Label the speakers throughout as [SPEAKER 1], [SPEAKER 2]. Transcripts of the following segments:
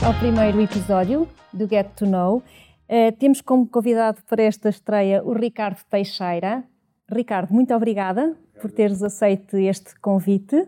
[SPEAKER 1] ao primeiro episódio do Get to Know. Temos como convidado para esta estreia o Ricardo Teixeira. Ricardo, muito obrigada por teres aceito este convite.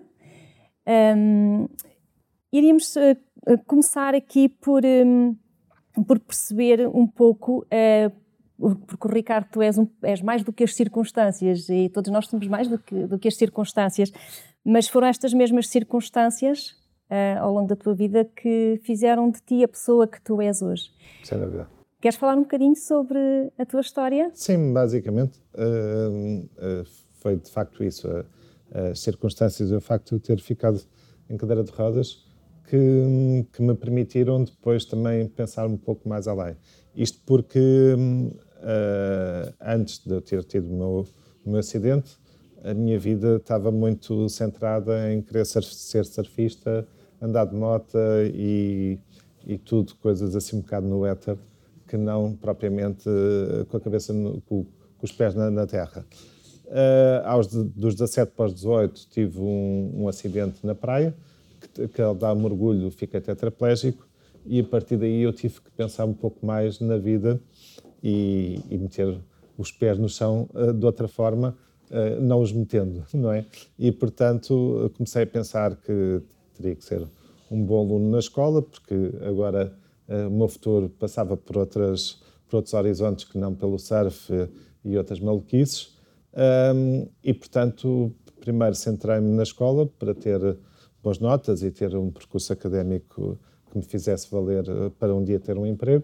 [SPEAKER 1] Iríamos começar aqui por perceber um pouco, porque o Ricardo, tu és mais do que as circunstâncias, e todos nós somos mais do que as circunstâncias, mas foram estas mesmas circunstâncias ao longo da tua vida que fizeram de ti a pessoa que tu és hoje.
[SPEAKER 2] Sem dúvida.
[SPEAKER 1] Queres falar um bocadinho sobre a tua história?
[SPEAKER 2] Sim, basicamente foi de facto isso, as circunstâncias e o facto de eu ter ficado em cadeira de rodas que me permitiram depois também pensar um pouco mais além. Isto porque antes de eu ter tido o meu acidente, a minha vida estava muito centrada em querer ser surfista, andar de moto e tudo, coisas assim um bocado no éter, que não propriamente com a cabeça, com os pés na terra. Dos 17 para os 18 tive um acidente na praia, que ao dar mergulho fiquei tetraplégico, e a partir daí eu tive que pensar um pouco mais na vida e meter os pés no chão de outra forma, não os metendo, não é? E, portanto, comecei a pensar que teria que ser um bom aluno na escola, porque agora o meu futuro passava por outros horizontes que não pelo surf e outras maluquices. E, portanto, primeiro centrei-me na escola para ter boas notas e ter um percurso académico que me fizesse valer para um dia ter um emprego.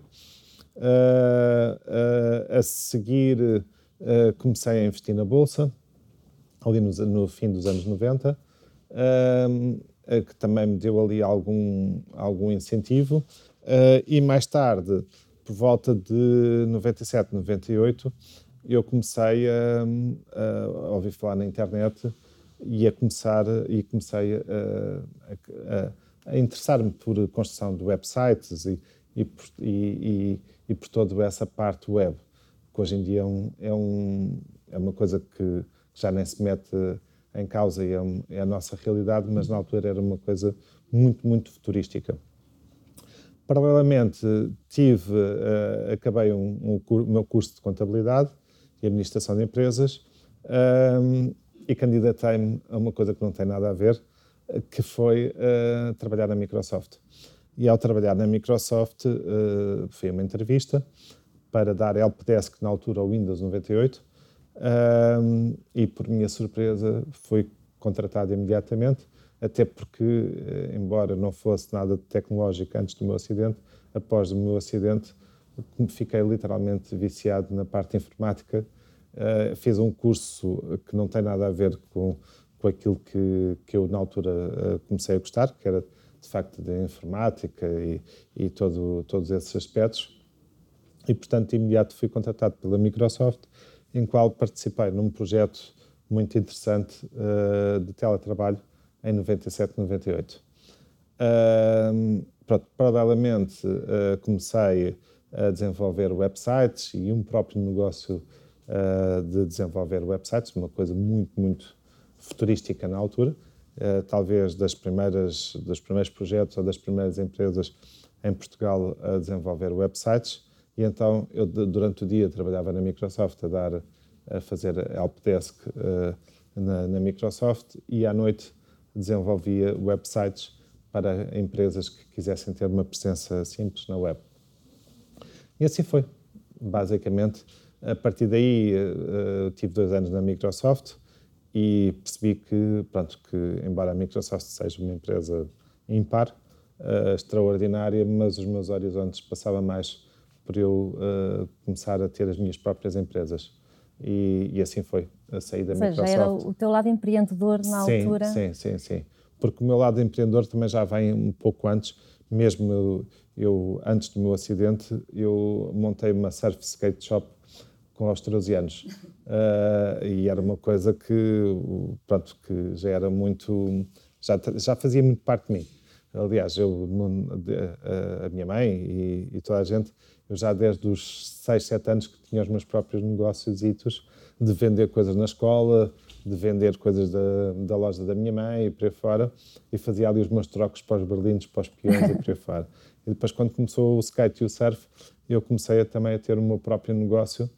[SPEAKER 2] A seguir, comecei a investir na Bolsa, ali no fim dos anos 90, que também me deu ali algum incentivo. E mais tarde, por volta de 97, 98, eu comecei a ouvir falar na internet e comecei a interessar-me por construção de websites e por toda essa parte web, que hoje em dia é uma coisa que já nem se mete em causa e é a nossa realidade, mas na altura era uma coisa muito, muito futurística. Paralelamente, acabei o meu curso de Contabilidade e Administração de Empresas e candidatei-me a uma coisa que não tem nada a ver, que foi trabalhar na Microsoft. E ao trabalhar na Microsoft, fui a uma entrevista para dar helpdesk na altura ao Windows 98 e, por minha surpresa, fui contratado imediatamente, até porque, embora não fosse nada de tecnológico antes do meu acidente, após o meu acidente, fiquei literalmente viciado na parte informática. Fiz um curso que não tem nada a ver com aquilo que eu, na altura, comecei a gostar, que era, de facto, de informática e todos esses aspectos. E, portanto, de imediato fui contratado pela Microsoft, em qual participei num projeto muito interessante de teletrabalho em 97, 98. Paralelamente, comecei a desenvolver websites e um próprio negócio de desenvolver websites, uma coisa muito, muito futurística na altura, talvez dos primeiros projetos ou das primeiras empresas em Portugal a desenvolver websites. E então eu durante o dia trabalhava na Microsoft a fazer helpdesk na Microsoft, e à noite desenvolvia websites para empresas que quisessem ter uma presença simples na web. E assim foi, basicamente. A partir daí tive 2 anos na Microsoft e percebi que, embora a Microsoft seja uma empresa ímpar, extraordinária, mas os meus horizontes passavam mais por eu começar a ter as minhas próprias empresas. E assim foi, a sair da Microsoft.
[SPEAKER 1] Ou seja, era o teu lado empreendedor na altura?
[SPEAKER 2] Sim. Porque o meu lado empreendedor também já vem um pouco antes. Mesmo eu antes do meu acidente, eu montei uma surf skate shop com australianos. E era uma coisa que já era muito... Já fazia muito parte de mim. Aliás, a minha mãe e toda a gente, eu já desde os 6, 7 anos que tinha os meus próprios negócios de vender coisas na escola, de vender coisas da loja da minha mãe e por aí fora, e fazia ali os meus trocos para os berlindos, para os peões e por aí fora. E depois, quando começou o skate e o surf, eu comecei também a ter o meu próprio negócio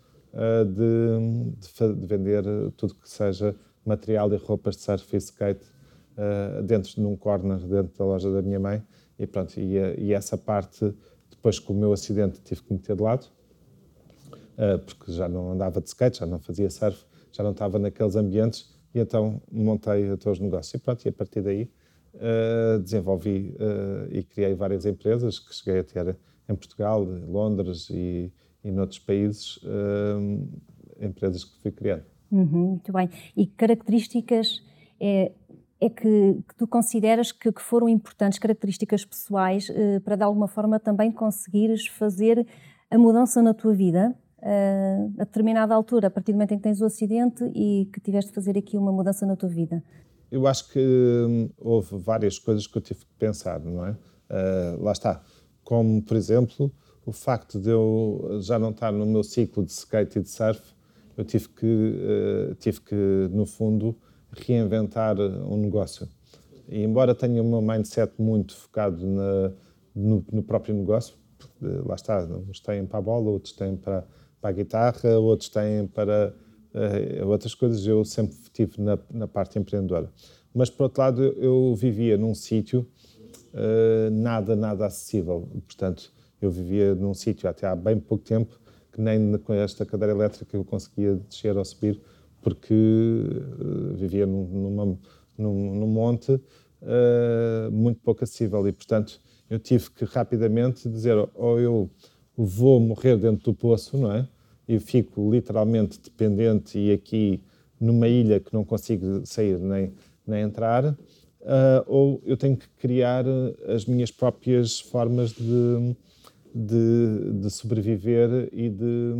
[SPEAKER 2] de vender tudo que seja material e roupas de surf e skate dentro de um corner, dentro da loja da minha mãe. E pronto, e essa parte, depois com o meu acidente, tive que meter de lado, porque já não andava de skate, já não fazia surf, já não estava naqueles ambientes, e então montei até os negócios. E pronto, e a partir daí desenvolvi e criei várias empresas que cheguei a ter em Portugal, Londres e noutros países, empresas que fui criando.
[SPEAKER 1] Muito bem. E que características que tu consideras que foram importantes, características pessoais, para de alguma forma também conseguires fazer a mudança na tua vida a determinada altura, a partir do momento em que tens o acidente e que tiveste de fazer aqui uma mudança na tua vida?
[SPEAKER 2] Eu acho que houve várias coisas que eu tive que pensar, não é? Lá está. Como, por exemplo, o facto de eu já não estar no meu ciclo de skate e de surf, eu tive que, no fundo, reinventar um negócio. E embora tenha o meu mindset muito focado no próprio negócio, lá está, uns têm para a bola, outros têm para a guitarra, outros têm para outras coisas, eu sempre estive na parte empreendedora. Mas, por outro lado, eu vivia num sítio nada acessível. Portanto, eu vivia num sítio até há bem pouco tempo que nem com esta cadeira elétrica eu conseguia descer ou subir, porque vivia num monte muito pouco acessível e, portanto, eu tive que rapidamente dizer ou eu vou morrer dentro do poço, não é? E fico literalmente dependente e aqui numa ilha que não consigo sair nem entrar, ou eu tenho que criar as minhas próprias formas de sobreviver e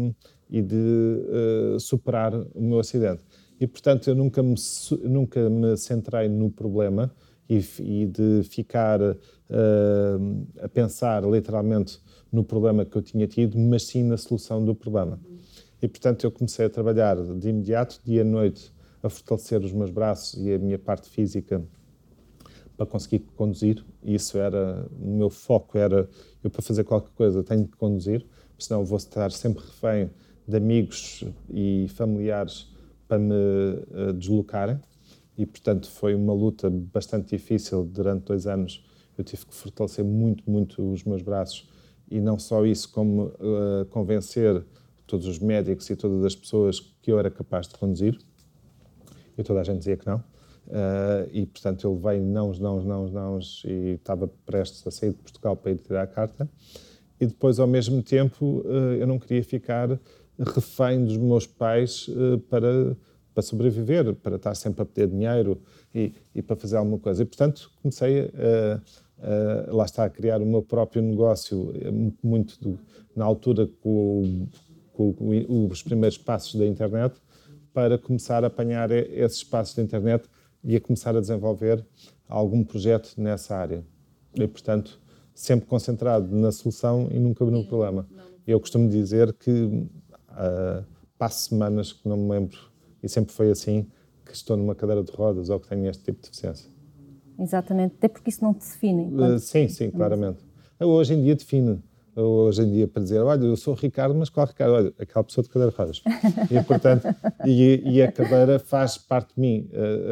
[SPEAKER 2] de superar o meu acidente. E, portanto, eu nunca me centrei no problema e de ficar a pensar literalmente no problema que eu tinha tido, mas sim na solução do problema. E, portanto, eu comecei a trabalhar de imediato, dia e noite, a fortalecer os meus braços e a minha parte física para conseguir conduzir. E isso era, o meu foco era, eu para fazer qualquer coisa tenho que conduzir, senão vou estar sempre refém de amigos e familiares para me deslocarem. E, portanto, foi uma luta bastante difícil durante 2 anos. Eu tive que fortalecer muito os meus braços e não só isso, como convencer todos os médicos e todas as pessoas que eu era capaz de conduzir. E toda a gente dizia que não. E, portanto, eu levei não e estava prestes a sair de Portugal para ir tirar a carta. E depois, ao mesmo tempo, eu não queria ficar refém dos meus pais para sobreviver, para estar sempre a pedir dinheiro e para fazer alguma coisa. E, portanto, comecei lá está, a criar o meu próprio negócio, na altura com os primeiros passos da internet, para começar a apanhar esses passos da internet e a começar a desenvolver algum projeto nessa área. E, portanto, sempre concentrado na solução e nunca no problema. Eu costumo dizer que passo semanas que não me lembro, e sempre foi assim, que estou numa cadeira de rodas ou que tenho este tipo de deficiência.
[SPEAKER 1] Exatamente, até porque isso não te define.
[SPEAKER 2] Sim, claramente. Hoje em dia define. Hoje em dia, para dizer, olha, eu sou o Ricardo, mas qual Ricardo? Olha, aquela pessoa de cadeira de rodas. E, portanto, e a cadeira faz parte de mim.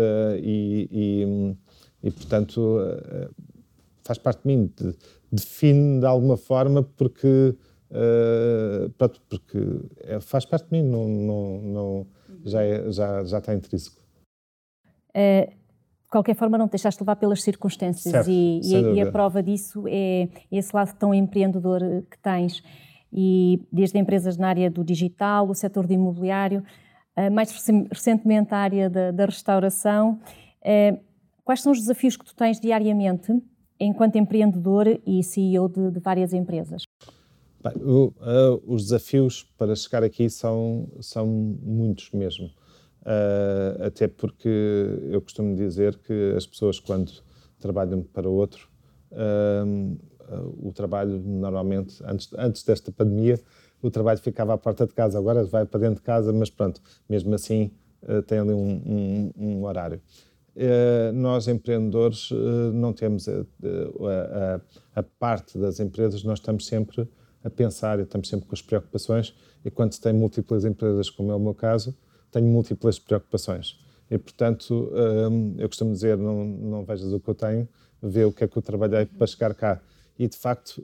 [SPEAKER 2] Portanto, faz parte de mim. Define de alguma forma porque faz parte de mim. Já está intrínseco.
[SPEAKER 1] De qualquer forma, não te deixaste levar pelas circunstâncias.
[SPEAKER 2] Certo,
[SPEAKER 1] e a prova disso é esse lado tão empreendedor que tens. E desde empresas na área do digital, o setor do imobiliário, mais recentemente a área da restauração. Quais são os desafios que tu tens diariamente enquanto empreendedor e CEO de várias empresas?
[SPEAKER 2] Bem, os desafios para chegar aqui são muitos mesmo. Até porque eu costumo dizer que as pessoas, quando trabalham para outro, o trabalho normalmente, antes desta pandemia, o trabalho ficava à porta de casa, agora vai para dentro de casa, mas pronto, mesmo assim tem ali um horário. Nós, empreendedores, não temos a parte das empresas, nós estamos sempre a pensar e estamos sempre com as preocupações, e quando se tem múltiplas empresas, como é o meu caso, tenho múltiplas preocupações. E, portanto, eu costumo dizer, não vejas o que eu tenho, vê o que é que eu trabalhei para chegar cá. E, de facto,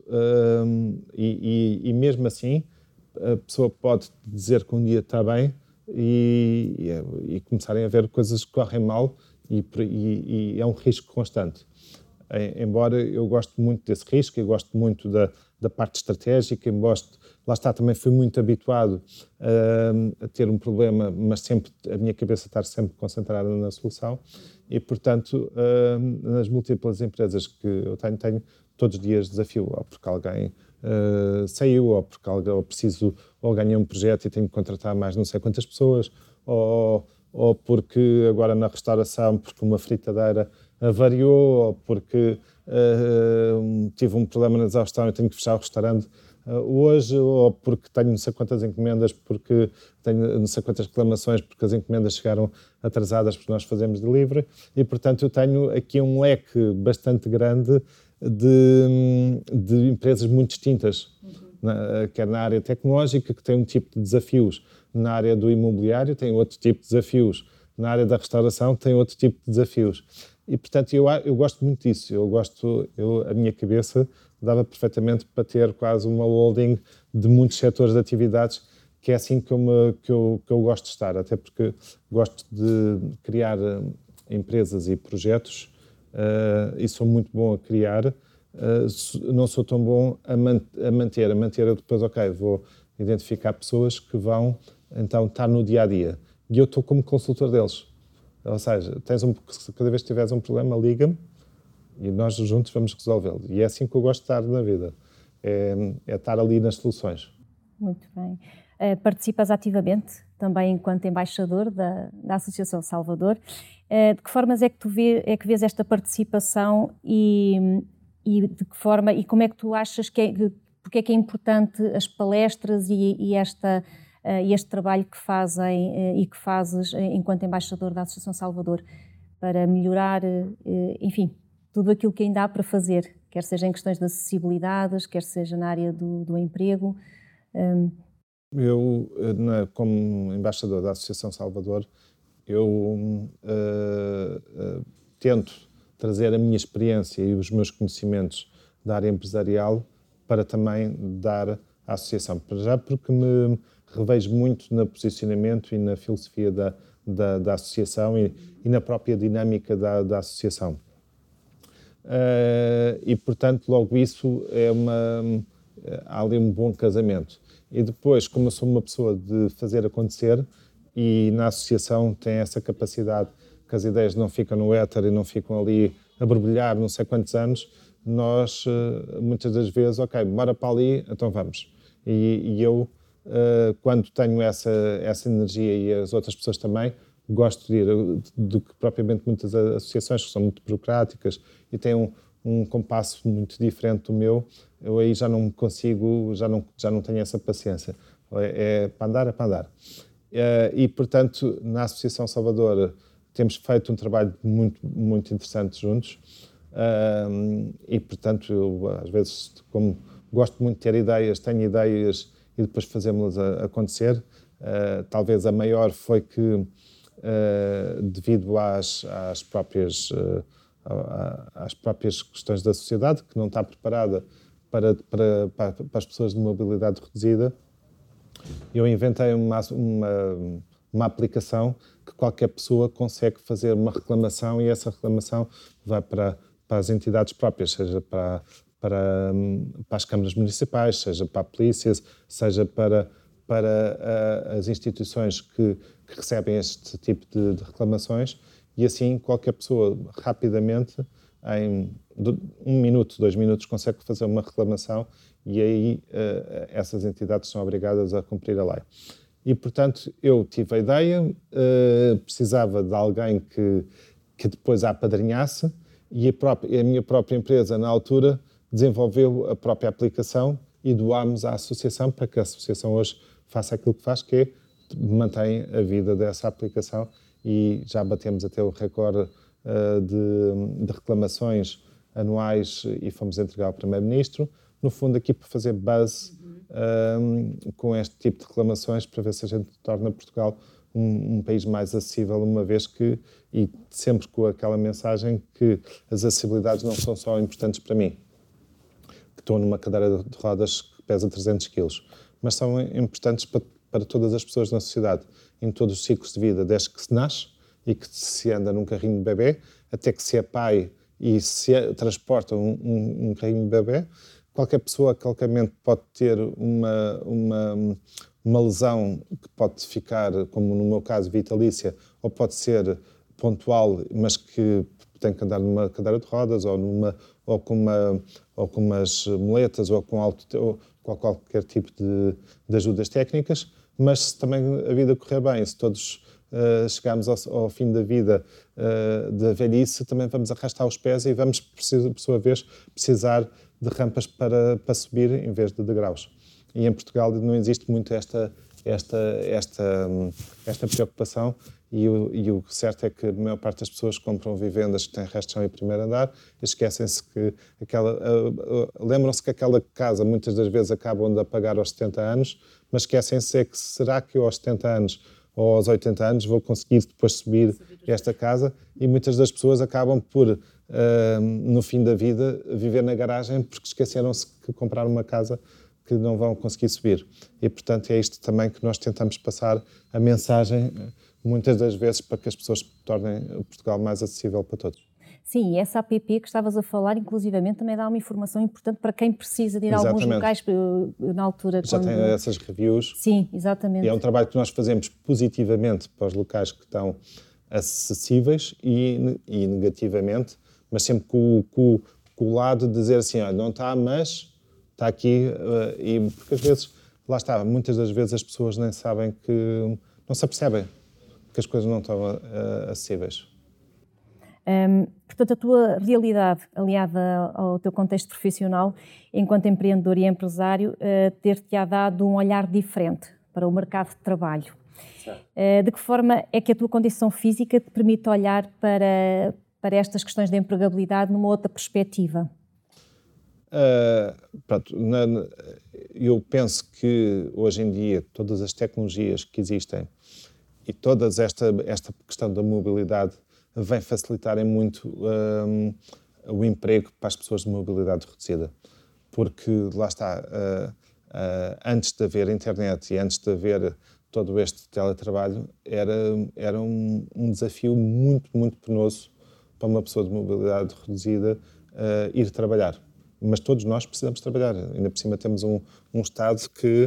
[SPEAKER 2] e mesmo assim, a pessoa pode dizer que um dia está bem e começarem a ver coisas que correm mal, e é um risco constante. Embora eu goste muito desse risco, eu gosto muito da parte estratégica, lá está, também fui muito habituado a ter um problema, mas sempre a minha cabeça estar sempre concentrada na solução, e, portanto, nas múltiplas empresas que eu tenho todos os dias desafio, ou porque alguém saiu, ou porque ou ganhei um projeto e tenho que contratar mais não sei quantas pessoas, ou porque agora na restauração, porque uma fritadeira avariou, ou porque tive um problema na exaustão e tenho que fechar o restaurante hoje, ou porque tenho não sei quantas encomendas, porque tenho não sei quantas reclamações, porque as encomendas chegaram atrasadas porque nós fazemos delivery, e, portanto, eu tenho aqui um leque bastante grande de empresas muito distintas, quer na área tecnológica, que tem um tipo de desafios, na área do imobiliário tem outro tipo de desafios, na área da restauração tem outro tipo de desafios. E, portanto, eu gosto muito disso. A minha cabeça dava perfeitamente para ter quase uma holding de muitos setores de atividades, que é assim que eu gosto de estar, até porque gosto de criar empresas e projetos, e sou muito bom a criar, não sou tão bom a manter eu depois, vou identificar pessoas que vão então estar no dia-a-dia, e eu estou como consultor deles. Ou seja, cada vez que tiveres um problema, liga-me e nós juntos vamos resolvê-lo. E é assim que eu gosto de estar na vida, é estar ali nas soluções.
[SPEAKER 1] Muito bem. Participas ativamente também enquanto embaixador da Associação Salvador. De que formas é que vês esta participação e de que forma e como é que tu achas porque é que é importante as palestras e este trabalho que fazem e que fazes enquanto embaixador da Associação Salvador para melhorar, enfim, tudo aquilo que ainda há para fazer, quer seja em questões de acessibilidades, quer seja na área do emprego?
[SPEAKER 2] Eu, como embaixador da Associação Salvador, eu tento trazer a minha experiência e os meus conhecimentos da área empresarial para também dar à associação. Para já porque me revejo muito no posicionamento e na filosofia da associação e na própria dinâmica da associação. E, portanto, logo isso há ali um bom casamento. E depois, como eu sou uma pessoa de fazer acontecer, e na associação tem essa capacidade que as ideias não ficam no éter e não ficam ali a borbulhar não sei quantos anos, nós muitas das vezes, bora para ali, então vamos. E eu, quando tenho essa energia, e as outras pessoas também, gosto de ir, do que propriamente muitas associações que são muito burocráticas e têm um compasso muito diferente do meu, eu aí já não consigo, já não tenho essa paciência. É para andar, é para andar. E, portanto, na Associação Salvador temos feito um trabalho muito, muito interessante juntos, e, portanto, eu às vezes, como gosto muito de ter ideias, tenho ideias e depois fazemos-las acontecer. Talvez a maior foi que, devido às próprias questões da sociedade, que não está preparada para as pessoas de mobilidade reduzida, eu inventei uma aplicação que qualquer pessoa consegue fazer uma reclamação, e essa reclamação vai para as entidades próprias, seja para as câmaras municipais, seja para a polícia, seja para as instituições que recebem este tipo de reclamações, e assim qualquer pessoa rapidamente, em 1 minuto, 2 minutos, consegue fazer uma reclamação, e aí essas entidades são obrigadas a cumprir a lei. E, portanto, eu tive a ideia, precisava de alguém que depois a apadrinhasse, e a minha própria empresa, na altura, desenvolveu a própria aplicação e doámos à associação para que a associação hoje faça aquilo que faz, que é mantém a vida dessa aplicação e já batemos até o recorde de reclamações anuais e fomos entregar ao Primeiro-Ministro, no fundo aqui para fazer buzz com este tipo de reclamações para ver se a gente torna Portugal um país mais acessível, uma vez que, e sempre com aquela mensagem que as acessibilidades não são só importantes para mim, que estou numa cadeira de rodas que pesa 300 quilos, mas são importantes para todas as pessoas na sociedade, em todos os ciclos de vida, desde que se nasce e que se anda num carrinho de bebê, até que se é pai e se transporta um carrinho de bebê. Qualquer pessoa, calcamente, pode ter uma lesão que pode ficar, como no meu caso, vitalícia, ou pode ser pontual, mas que tem que andar numa cadeira de rodas ou com umas muletas ou com qualquer tipo de ajudas técnicas. Mas se também a vida correr bem, se todos chegarmos ao fim da vida da velhice, também vamos arrastar os pés e vamos, por sua vez, precisar de rampas para subir em vez de degraus. E em Portugal não existe muito esta preocupação e o certo é que a maior parte das pessoas compram vivendas que têm resto de chão e primeiro andar e esquecem-se que lembram-se que aquela casa muitas das vezes acabam de a pagar aos 70 anos, mas esquecem-se é que será que eu aos 70 anos ou aos 80 anos vou conseguir depois subir esta casa, e muitas das pessoas acabam por, no fim da vida, viver na garagem porque esqueceram-se que compraram uma casa que não vão conseguir subir. E, portanto, é isto também que nós tentamos passar a mensagem, muitas das vezes, para que as pessoas tornem Portugal mais acessível para todos.
[SPEAKER 1] Sim, e essa app que estavas a falar, inclusivamente, também dá uma informação importante para quem precisa de ir a alguns locais na altura.
[SPEAKER 2] Já tem essas reviews.
[SPEAKER 1] Sim, exatamente.
[SPEAKER 2] E é um trabalho que nós fazemos positivamente para os locais que estão acessíveis e negativamente, mas sempre com o lado de dizer assim, olha, não está, mas está aqui. E porque às vezes, lá está, muitas das vezes as pessoas nem sabem que, não se apercebem que as coisas não estão acessíveis.
[SPEAKER 1] Portanto, a tua realidade, aliada ao teu contexto profissional, enquanto empreendedor e empresário, ter-te-á dado um olhar diferente para o mercado de trabalho. De que forma é que a tua condição física te permite olhar para estas questões de empregabilidade numa outra perspectiva?
[SPEAKER 2] Eu penso que hoje em dia todas as tecnologias que existem e toda esta questão da mobilidade vem facilitarem muito o emprego para as pessoas de mobilidade reduzida. Porque, lá está, antes de haver internet e antes de haver todo este teletrabalho, era um desafio muito, muito penoso para uma pessoa de mobilidade reduzida ir trabalhar. Mas todos nós precisamos trabalhar. Ainda por cima temos um Estado que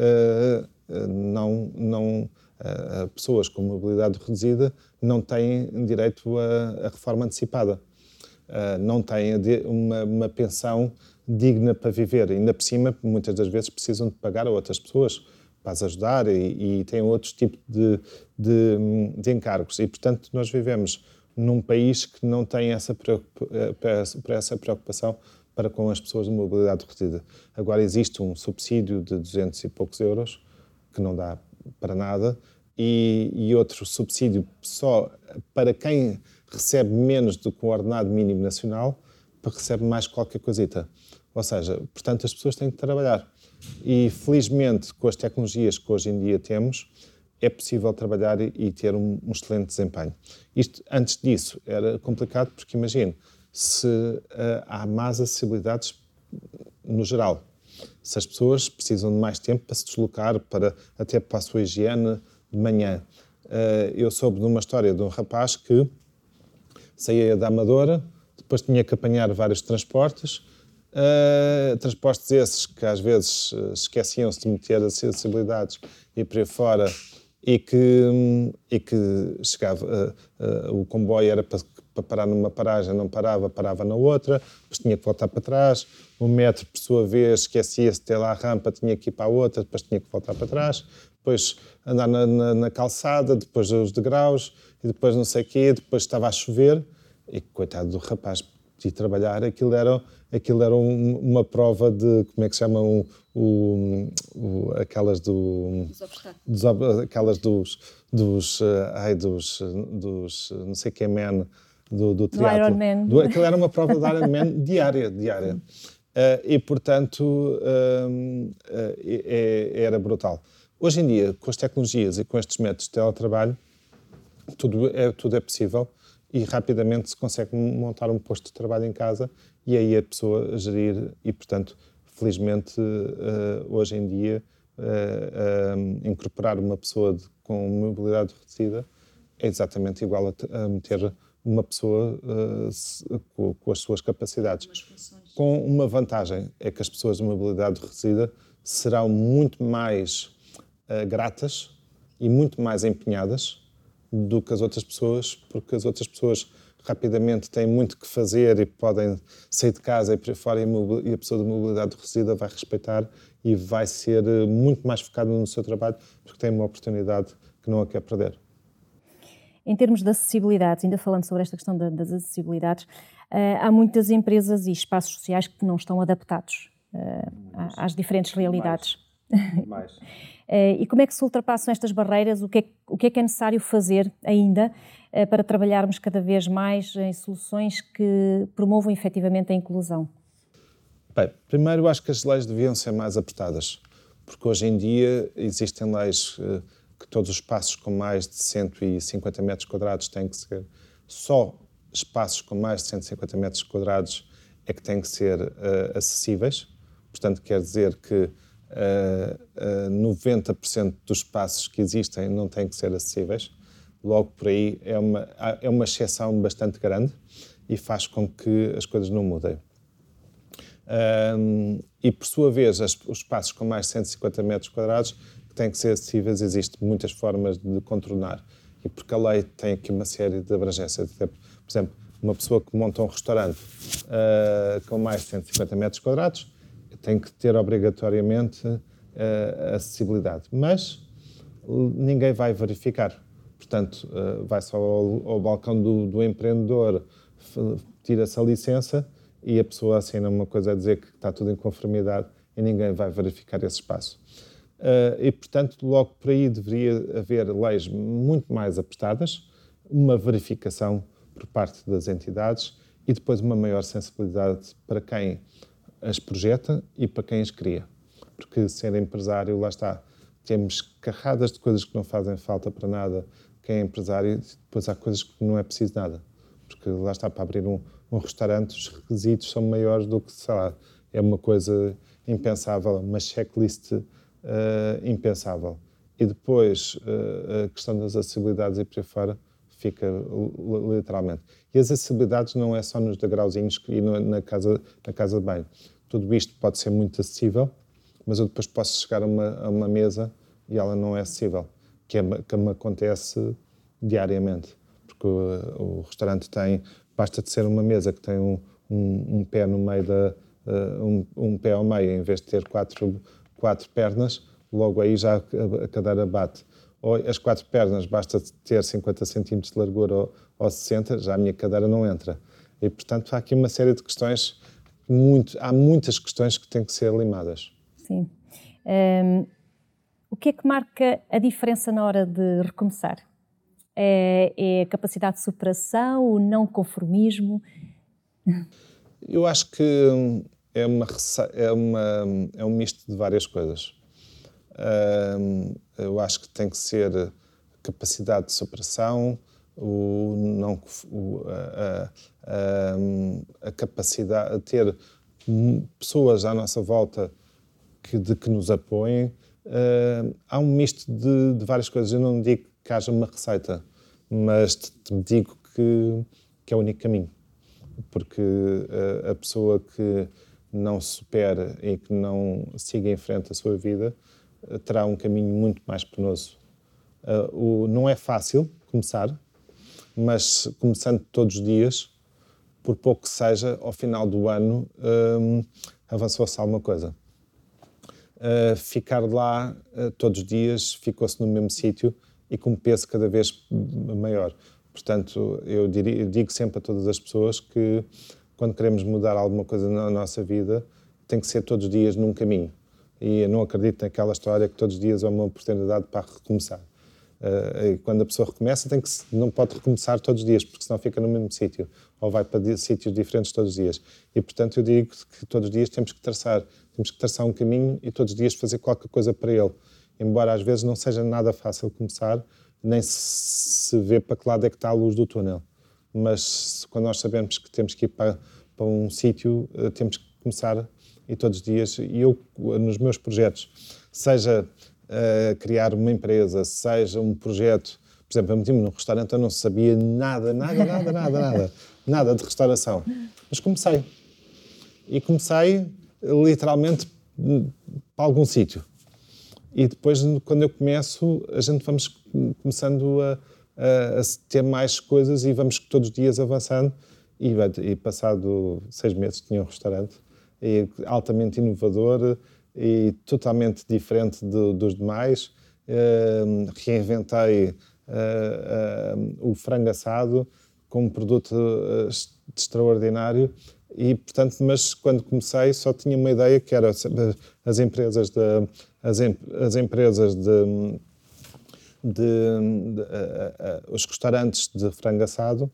[SPEAKER 2] pessoas com mobilidade reduzida não têm direito a reforma antecipada, não têm uma pensão digna para viver. Ainda por cima, muitas das vezes precisam de pagar a outras pessoas para as ajudar e têm outros tipos de encargos. E, portanto, nós vivemos num país que não tem essa preocupação para com as pessoas de mobilidade reduzida. Agora existe um subsídio de 200 e poucos euros, que não dá para nada, e outro subsídio só para quem recebe menos do que o ordenado mínimo nacional, para recebe mais qualquer coisita. Ou seja, portanto, as pessoas têm que trabalhar. E, felizmente, com as tecnologias que hoje em dia temos, é possível trabalhar e ter um excelente desempenho. Isto, antes disso, era complicado porque, imagine, se há más acessibilidades no geral, se as pessoas precisam de mais tempo para se deslocar, até para a sua higiene de manhã. Eu soube de uma história de um rapaz que saía da Amadora, depois tinha que apanhar vários transportes, transportes esses que às vezes esqueciam-se de meter as acessibilidades e por aí fora, e que chegava, o comboio era para parar numa paragem, não parava na outra, depois tinha que voltar para trás, o metro, por sua vez, esquecia-se de ter lá a rampa, tinha que ir para a outra, depois tinha que voltar para trás, depois andar na calçada, depois os degraus, e depois não sei o quê, depois estava a chover, e coitado do rapaz, de ir trabalhar, aquilo era uma prova de, como é que se chama, aquelas aquelas dos não sei que é man, do triatlo.
[SPEAKER 1] Ironman.
[SPEAKER 2] Aquilo era uma prova de Ironman diária. E, portanto, era brutal. Hoje em dia, com as tecnologias e com estes métodos de teletrabalho, tudo é possível e rapidamente se consegue montar um posto de trabalho em casa e aí a pessoa gerir e, portanto, felizmente, hoje em dia, incorporar uma pessoa com mobilidade reduzida é exatamente igual a meter uma pessoa com as suas capacidades. Com uma vantagem, é que as pessoas de mobilidade reduzida serão muito mais gratas e muito mais empenhadas do que as outras pessoas, porque as outras pessoas rapidamente têm muito que fazer e podem sair de casa e por aí fora, e a pessoa de mobilidade reduzida vai respeitar e vai ser muito mais focada no seu trabalho, porque tem uma oportunidade que não a quer perder.
[SPEAKER 1] Em termos de acessibilidade, ainda falando sobre esta questão das acessibilidades, há muitas empresas e espaços sociais que não estão adaptados às diferentes realidades.
[SPEAKER 2] Mais.
[SPEAKER 1] E como é que se ultrapassam estas barreiras? O que é necessário fazer ainda para trabalharmos cada vez mais em soluções que promovam efetivamente a inclusão?
[SPEAKER 2] Bem, primeiro, eu acho que as leis deviam ser mais apertadas, porque hoje em dia existem leis que todos os espaços com mais de 150 metros quadrados têm que ser, só espaços com mais de 150 metros quadrados é que têm que ser acessíveis. Portanto, quer dizer que 90% dos espaços que existem não têm que ser acessíveis. Logo por aí é uma exceção bastante grande e faz com que as coisas não mudem. E por sua vez, os espaços com mais de 150 metros quadrados que têm que ser acessíveis, existem muitas formas de contornar. E porque a lei tem aqui uma série de abrangências. Por exemplo, uma pessoa que monta um restaurante com mais de 150 metros quadrados tem que ter obrigatoriamente acessibilidade. Mas ninguém vai verificar. Portanto, vai só ao balcão do empreendedor, tira-se a licença e a pessoa assina uma coisa a dizer que está tudo em conformidade e ninguém vai verificar esse espaço. E, portanto, logo por aí deveria haver leis muito mais apertadas, uma verificação por parte das entidades e depois uma maior sensibilidade para quem as projeta e para quem as cria. Porque ser empresário, lá está, temos carradas de coisas que não fazem falta para nada. Quem é empresário, depois há coisas que não é preciso nada. Porque lá está, para abrir um restaurante, os requisitos são maiores do que, sei lá, é uma coisa impensável, uma checklist impensável. E depois, a questão das acessibilidades e por aí fora, fica literalmente. E as acessibilidades não é só nos degrauzinhos e na casa de banho. Tudo isto pode ser muito acessível, mas eu depois posso chegar a uma mesa e ela não é acessível, que me acontece diariamente. Porque o restaurante basta de ser uma mesa que tem um pé no meio um pé ao meio, em vez de ter quatro pernas, logo aí já a cadeira bate. Ou as 4 pernas, basta ter 50 centímetros de largura ou 60, já a minha cadeira não entra. E, portanto, há aqui uma série de questões, há muitas questões que têm que ser limadas.
[SPEAKER 1] Sim. O que é que marca a diferença na hora de recomeçar? É a capacidade de superação, o não conformismo?
[SPEAKER 2] Eu acho que é um misto de várias coisas. Eu acho que tem que ser capacidade de superação, a capacidade de ter pessoas à nossa volta que nos apoiem. Há um misto de várias coisas. Eu não digo que haja uma receita, mas te digo que é o único caminho. Porque a pessoa que não supera e que não siga em frente a sua vida terá um caminho muito mais penoso. Não é fácil começar, mas começando todos os dias, por pouco que seja, ao final do ano avançou-se alguma coisa. Ficar lá todos os dias, ficou-se no mesmo sítio e com um peso cada vez maior. Portanto, eu digo sempre a todas as pessoas que quando queremos mudar alguma coisa na nossa vida, tem que ser todos os dias num caminho. E eu não acredito naquela história que todos os dias é uma oportunidade para recomeçar. E quando a pessoa recomeça, não pode recomeçar todos os dias, porque senão fica no mesmo sítio, ou vai para sítios diferentes todos os dias. E, portanto, eu digo que todos os dias temos que traçar um caminho e todos os dias fazer qualquer coisa para ele. Embora às vezes não seja nada fácil começar, nem se vê para que lado é que está a luz do túnel. Mas quando nós sabemos que temos que ir para um sítio, temos que começar, e todos os dias, e eu, nos meus projetos, seja criar uma empresa, seja um projeto, por exemplo, eu meti-me num restaurante, eu não sabia nada de restauração, mas comecei. E comecei, literalmente, para algum sítio. E depois, quando eu começo, a gente vamos começando a ter mais coisas e vamos todos os dias avançando. E passado 6 meses tinha um restaurante altamente inovador e totalmente diferente dos demais. Reinventei o frango assado com um produto extraordinário. E, portanto, mas quando comecei só tinha uma ideia que era as empresas os restaurantes de frango assado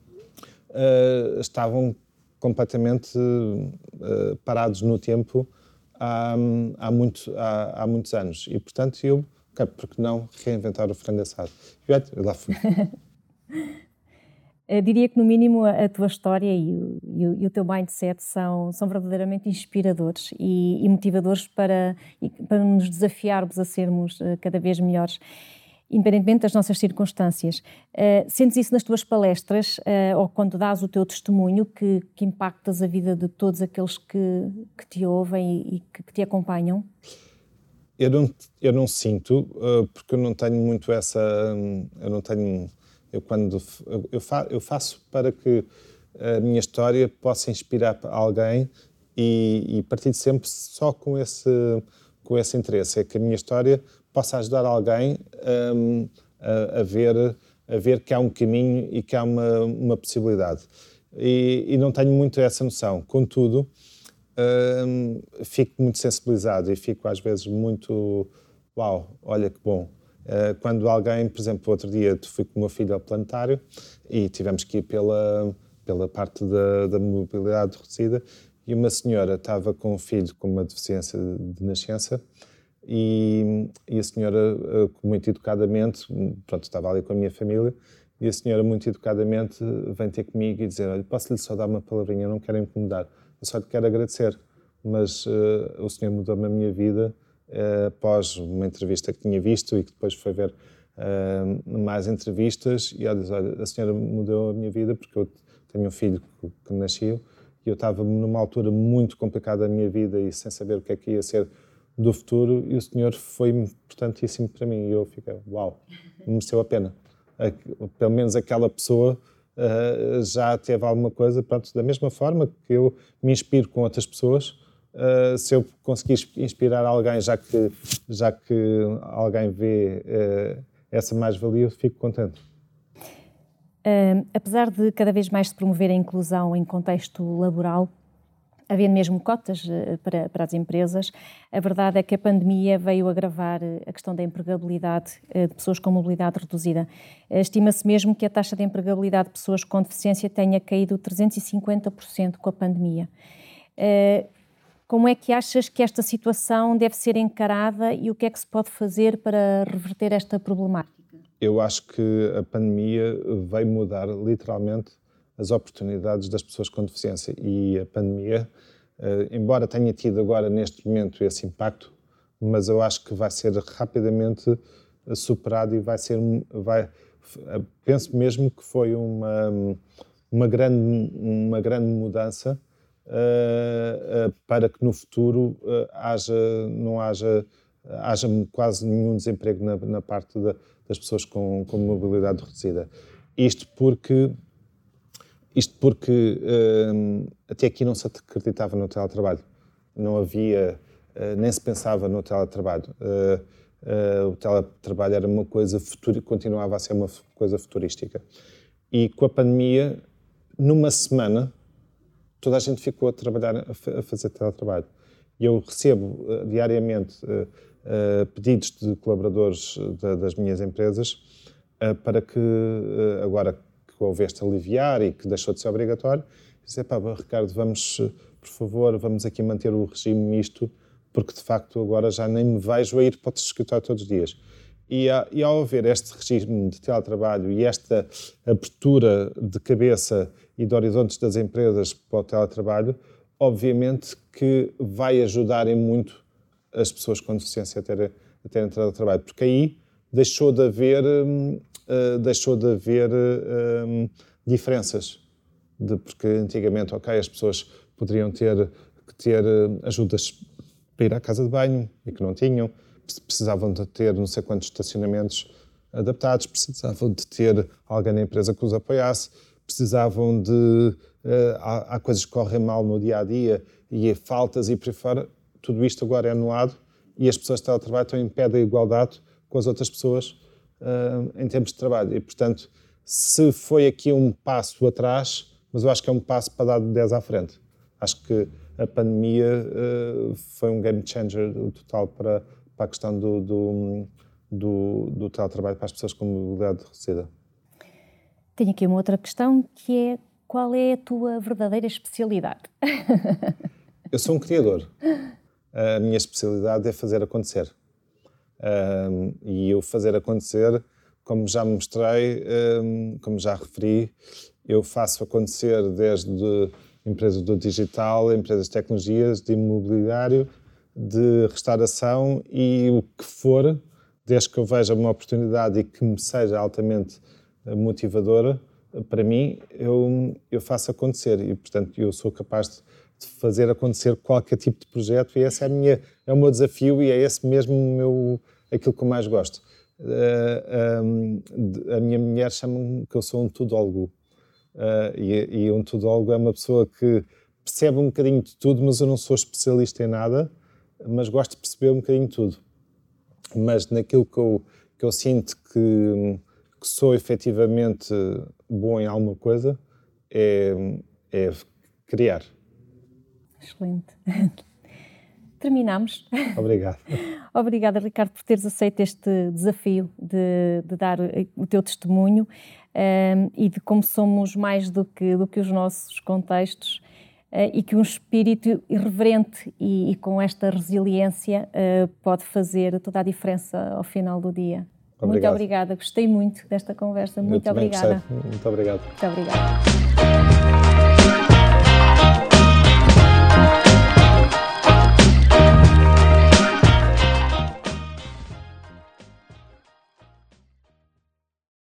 [SPEAKER 2] estavam completamente parados no tempo há muitos anos. E, portanto, por que não reinventar o frango assado? E lá fui.
[SPEAKER 1] Diria que, no mínimo, a tua história e o teu mindset são verdadeiramente inspiradores e motivadores para nos desafiarmos a sermos cada vez melhores, independentemente das nossas circunstâncias. Sentes isso nas tuas palestras ou quando dás o teu testemunho, que impactas a vida de todos aqueles que te ouvem e que te acompanham?
[SPEAKER 2] Eu não sinto, porque eu não tenho muito essa... Eu faço para que a minha história possa inspirar alguém e partilho sempre só com esse interesse, é que a minha história possa ajudar alguém a ver que há um caminho e que há uma possibilidade. E não tenho muito essa noção. Contudo, fico muito sensibilizado e fico às vezes muito... Uau, olha que bom. Quando alguém, por exemplo, outro dia fui com o meu filho ao planetário e tivemos que ir pela parte da mobilidade reduzida e uma senhora estava com um filho com uma deficiência de nascença e a senhora, muito educadamente, pronto, estava ali com a minha família, e a senhora, muito educadamente, vem ter comigo e dizer: olha, posso-lhe só dar uma palavrinha, eu não quero incomodar, eu só lhe quero agradecer, mas o senhor mudou-me a minha vida após uma entrevista que tinha visto e que depois foi ver mais entrevistas, e ela diz: olha, a senhora mudou a minha vida porque eu tenho um filho que nasceu e eu estava numa altura muito complicada da minha vida e sem saber o que é que ia ser do futuro, e o senhor foi importantíssimo para mim. E eu fiquei: uau, mereceu a pena. Pelo menos aquela pessoa já teve alguma coisa. Pronto, da mesma forma que eu me inspiro com outras pessoas, se eu conseguir inspirar alguém, já que alguém vê essa mais-valia, eu fico contente.
[SPEAKER 1] Apesar de cada vez mais se promover a inclusão em contexto laboral, havendo mesmo cotas para as empresas, a verdade é que a pandemia veio agravar a questão da empregabilidade de pessoas com mobilidade reduzida. Estima-se mesmo que a taxa de empregabilidade de pessoas com deficiência tenha caído 350% com a pandemia. Como é que achas que esta situação deve ser encarada e o que é que se pode fazer para reverter esta problemática?
[SPEAKER 2] Eu acho que a pandemia veio mudar literalmente as oportunidades das pessoas com deficiência, e a pandemia, embora tenha tido agora neste momento esse impacto, mas eu acho que vai ser rapidamente superado e penso mesmo que foi uma grande mudança para que no futuro não haja quase nenhum desemprego na parte das pessoas com mobilidade reduzida. Isto porque até aqui não se acreditava no teletrabalho. Não havia, nem se pensava no teletrabalho. O teletrabalho era uma coisa futura, continuava a ser uma coisa futurística. E com a pandemia, numa semana, toda a gente ficou a trabalhar, a fazer teletrabalho. E eu recebo diariamente pedidos de colaboradores das minhas empresas para que, agora que houve este aliviar e que deixou de ser obrigatório, dizer, Ricardo, vamos, por favor, vamos aqui manter o regime misto, porque de facto agora já nem me vejo a ir para o escritório todos os dias. E ao haver este regime de teletrabalho e esta abertura de cabeça e de horizontes das empresas para o teletrabalho, obviamente que vai ajudar em muito as pessoas com deficiência a terem teletrabalho, porque aí deixou de haver diferenças. Porque antigamente, as pessoas poderiam ter ajudas para ir à casa de banho e que não tinham, precisavam de ter não sei quantos estacionamentos adaptados, precisavam de ter alguém na empresa que os apoiasse, precisavam de... há coisas que correm mal no dia-a-dia e faltas e por aí fora. Tudo isto agora é anulado e as pessoas de teletrabalho estão em pé da igualdade com as outras pessoas em termos de trabalho. E, portanto, se foi aqui um passo atrás, mas eu acho que é um passo para dar de 10 à frente. Acho que a pandemia foi um game changer total para a questão do teletrabalho para as pessoas com mobilidade reduzida.
[SPEAKER 1] Tenho aqui uma outra questão, que é: qual é a tua verdadeira especialidade?
[SPEAKER 2] Eu sou um criador. A minha especialidade é fazer acontecer. E o fazer acontecer, como já mostrei, como já referi, eu faço acontecer desde empresas do digital, empresas de tecnologias, de imobiliário, de restauração e o que for, desde que eu veja uma oportunidade e que me seja altamente motivadora, para mim, eu faço acontecer e, portanto, eu sou capaz de fazer acontecer qualquer tipo de projeto e esse é o meu desafio e é esse mesmo aquilo que eu mais gosto. A minha mulher chama-me que eu sou um tudólogo. E um tudólogo é uma pessoa que percebe um bocadinho de tudo, mas eu não sou especialista em nada, mas gosto de perceber um bocadinho de tudo. Mas naquilo que eu sinto que sou efetivamente bom em alguma coisa, é criar.
[SPEAKER 1] Excelente. Terminamos.
[SPEAKER 2] Obrigado.
[SPEAKER 1] Obrigada, Ricardo, por teres aceito este desafio de dar o teu testemunho e de como somos mais do que os nossos contextos e que um espírito irreverente e com esta resiliência pode fazer toda a diferença ao final do dia.
[SPEAKER 2] Obrigado.
[SPEAKER 1] Muito obrigada, gostei muito desta conversa. Muito obrigada.
[SPEAKER 2] Gostei. Muito obrigado.
[SPEAKER 1] Muito obrigada.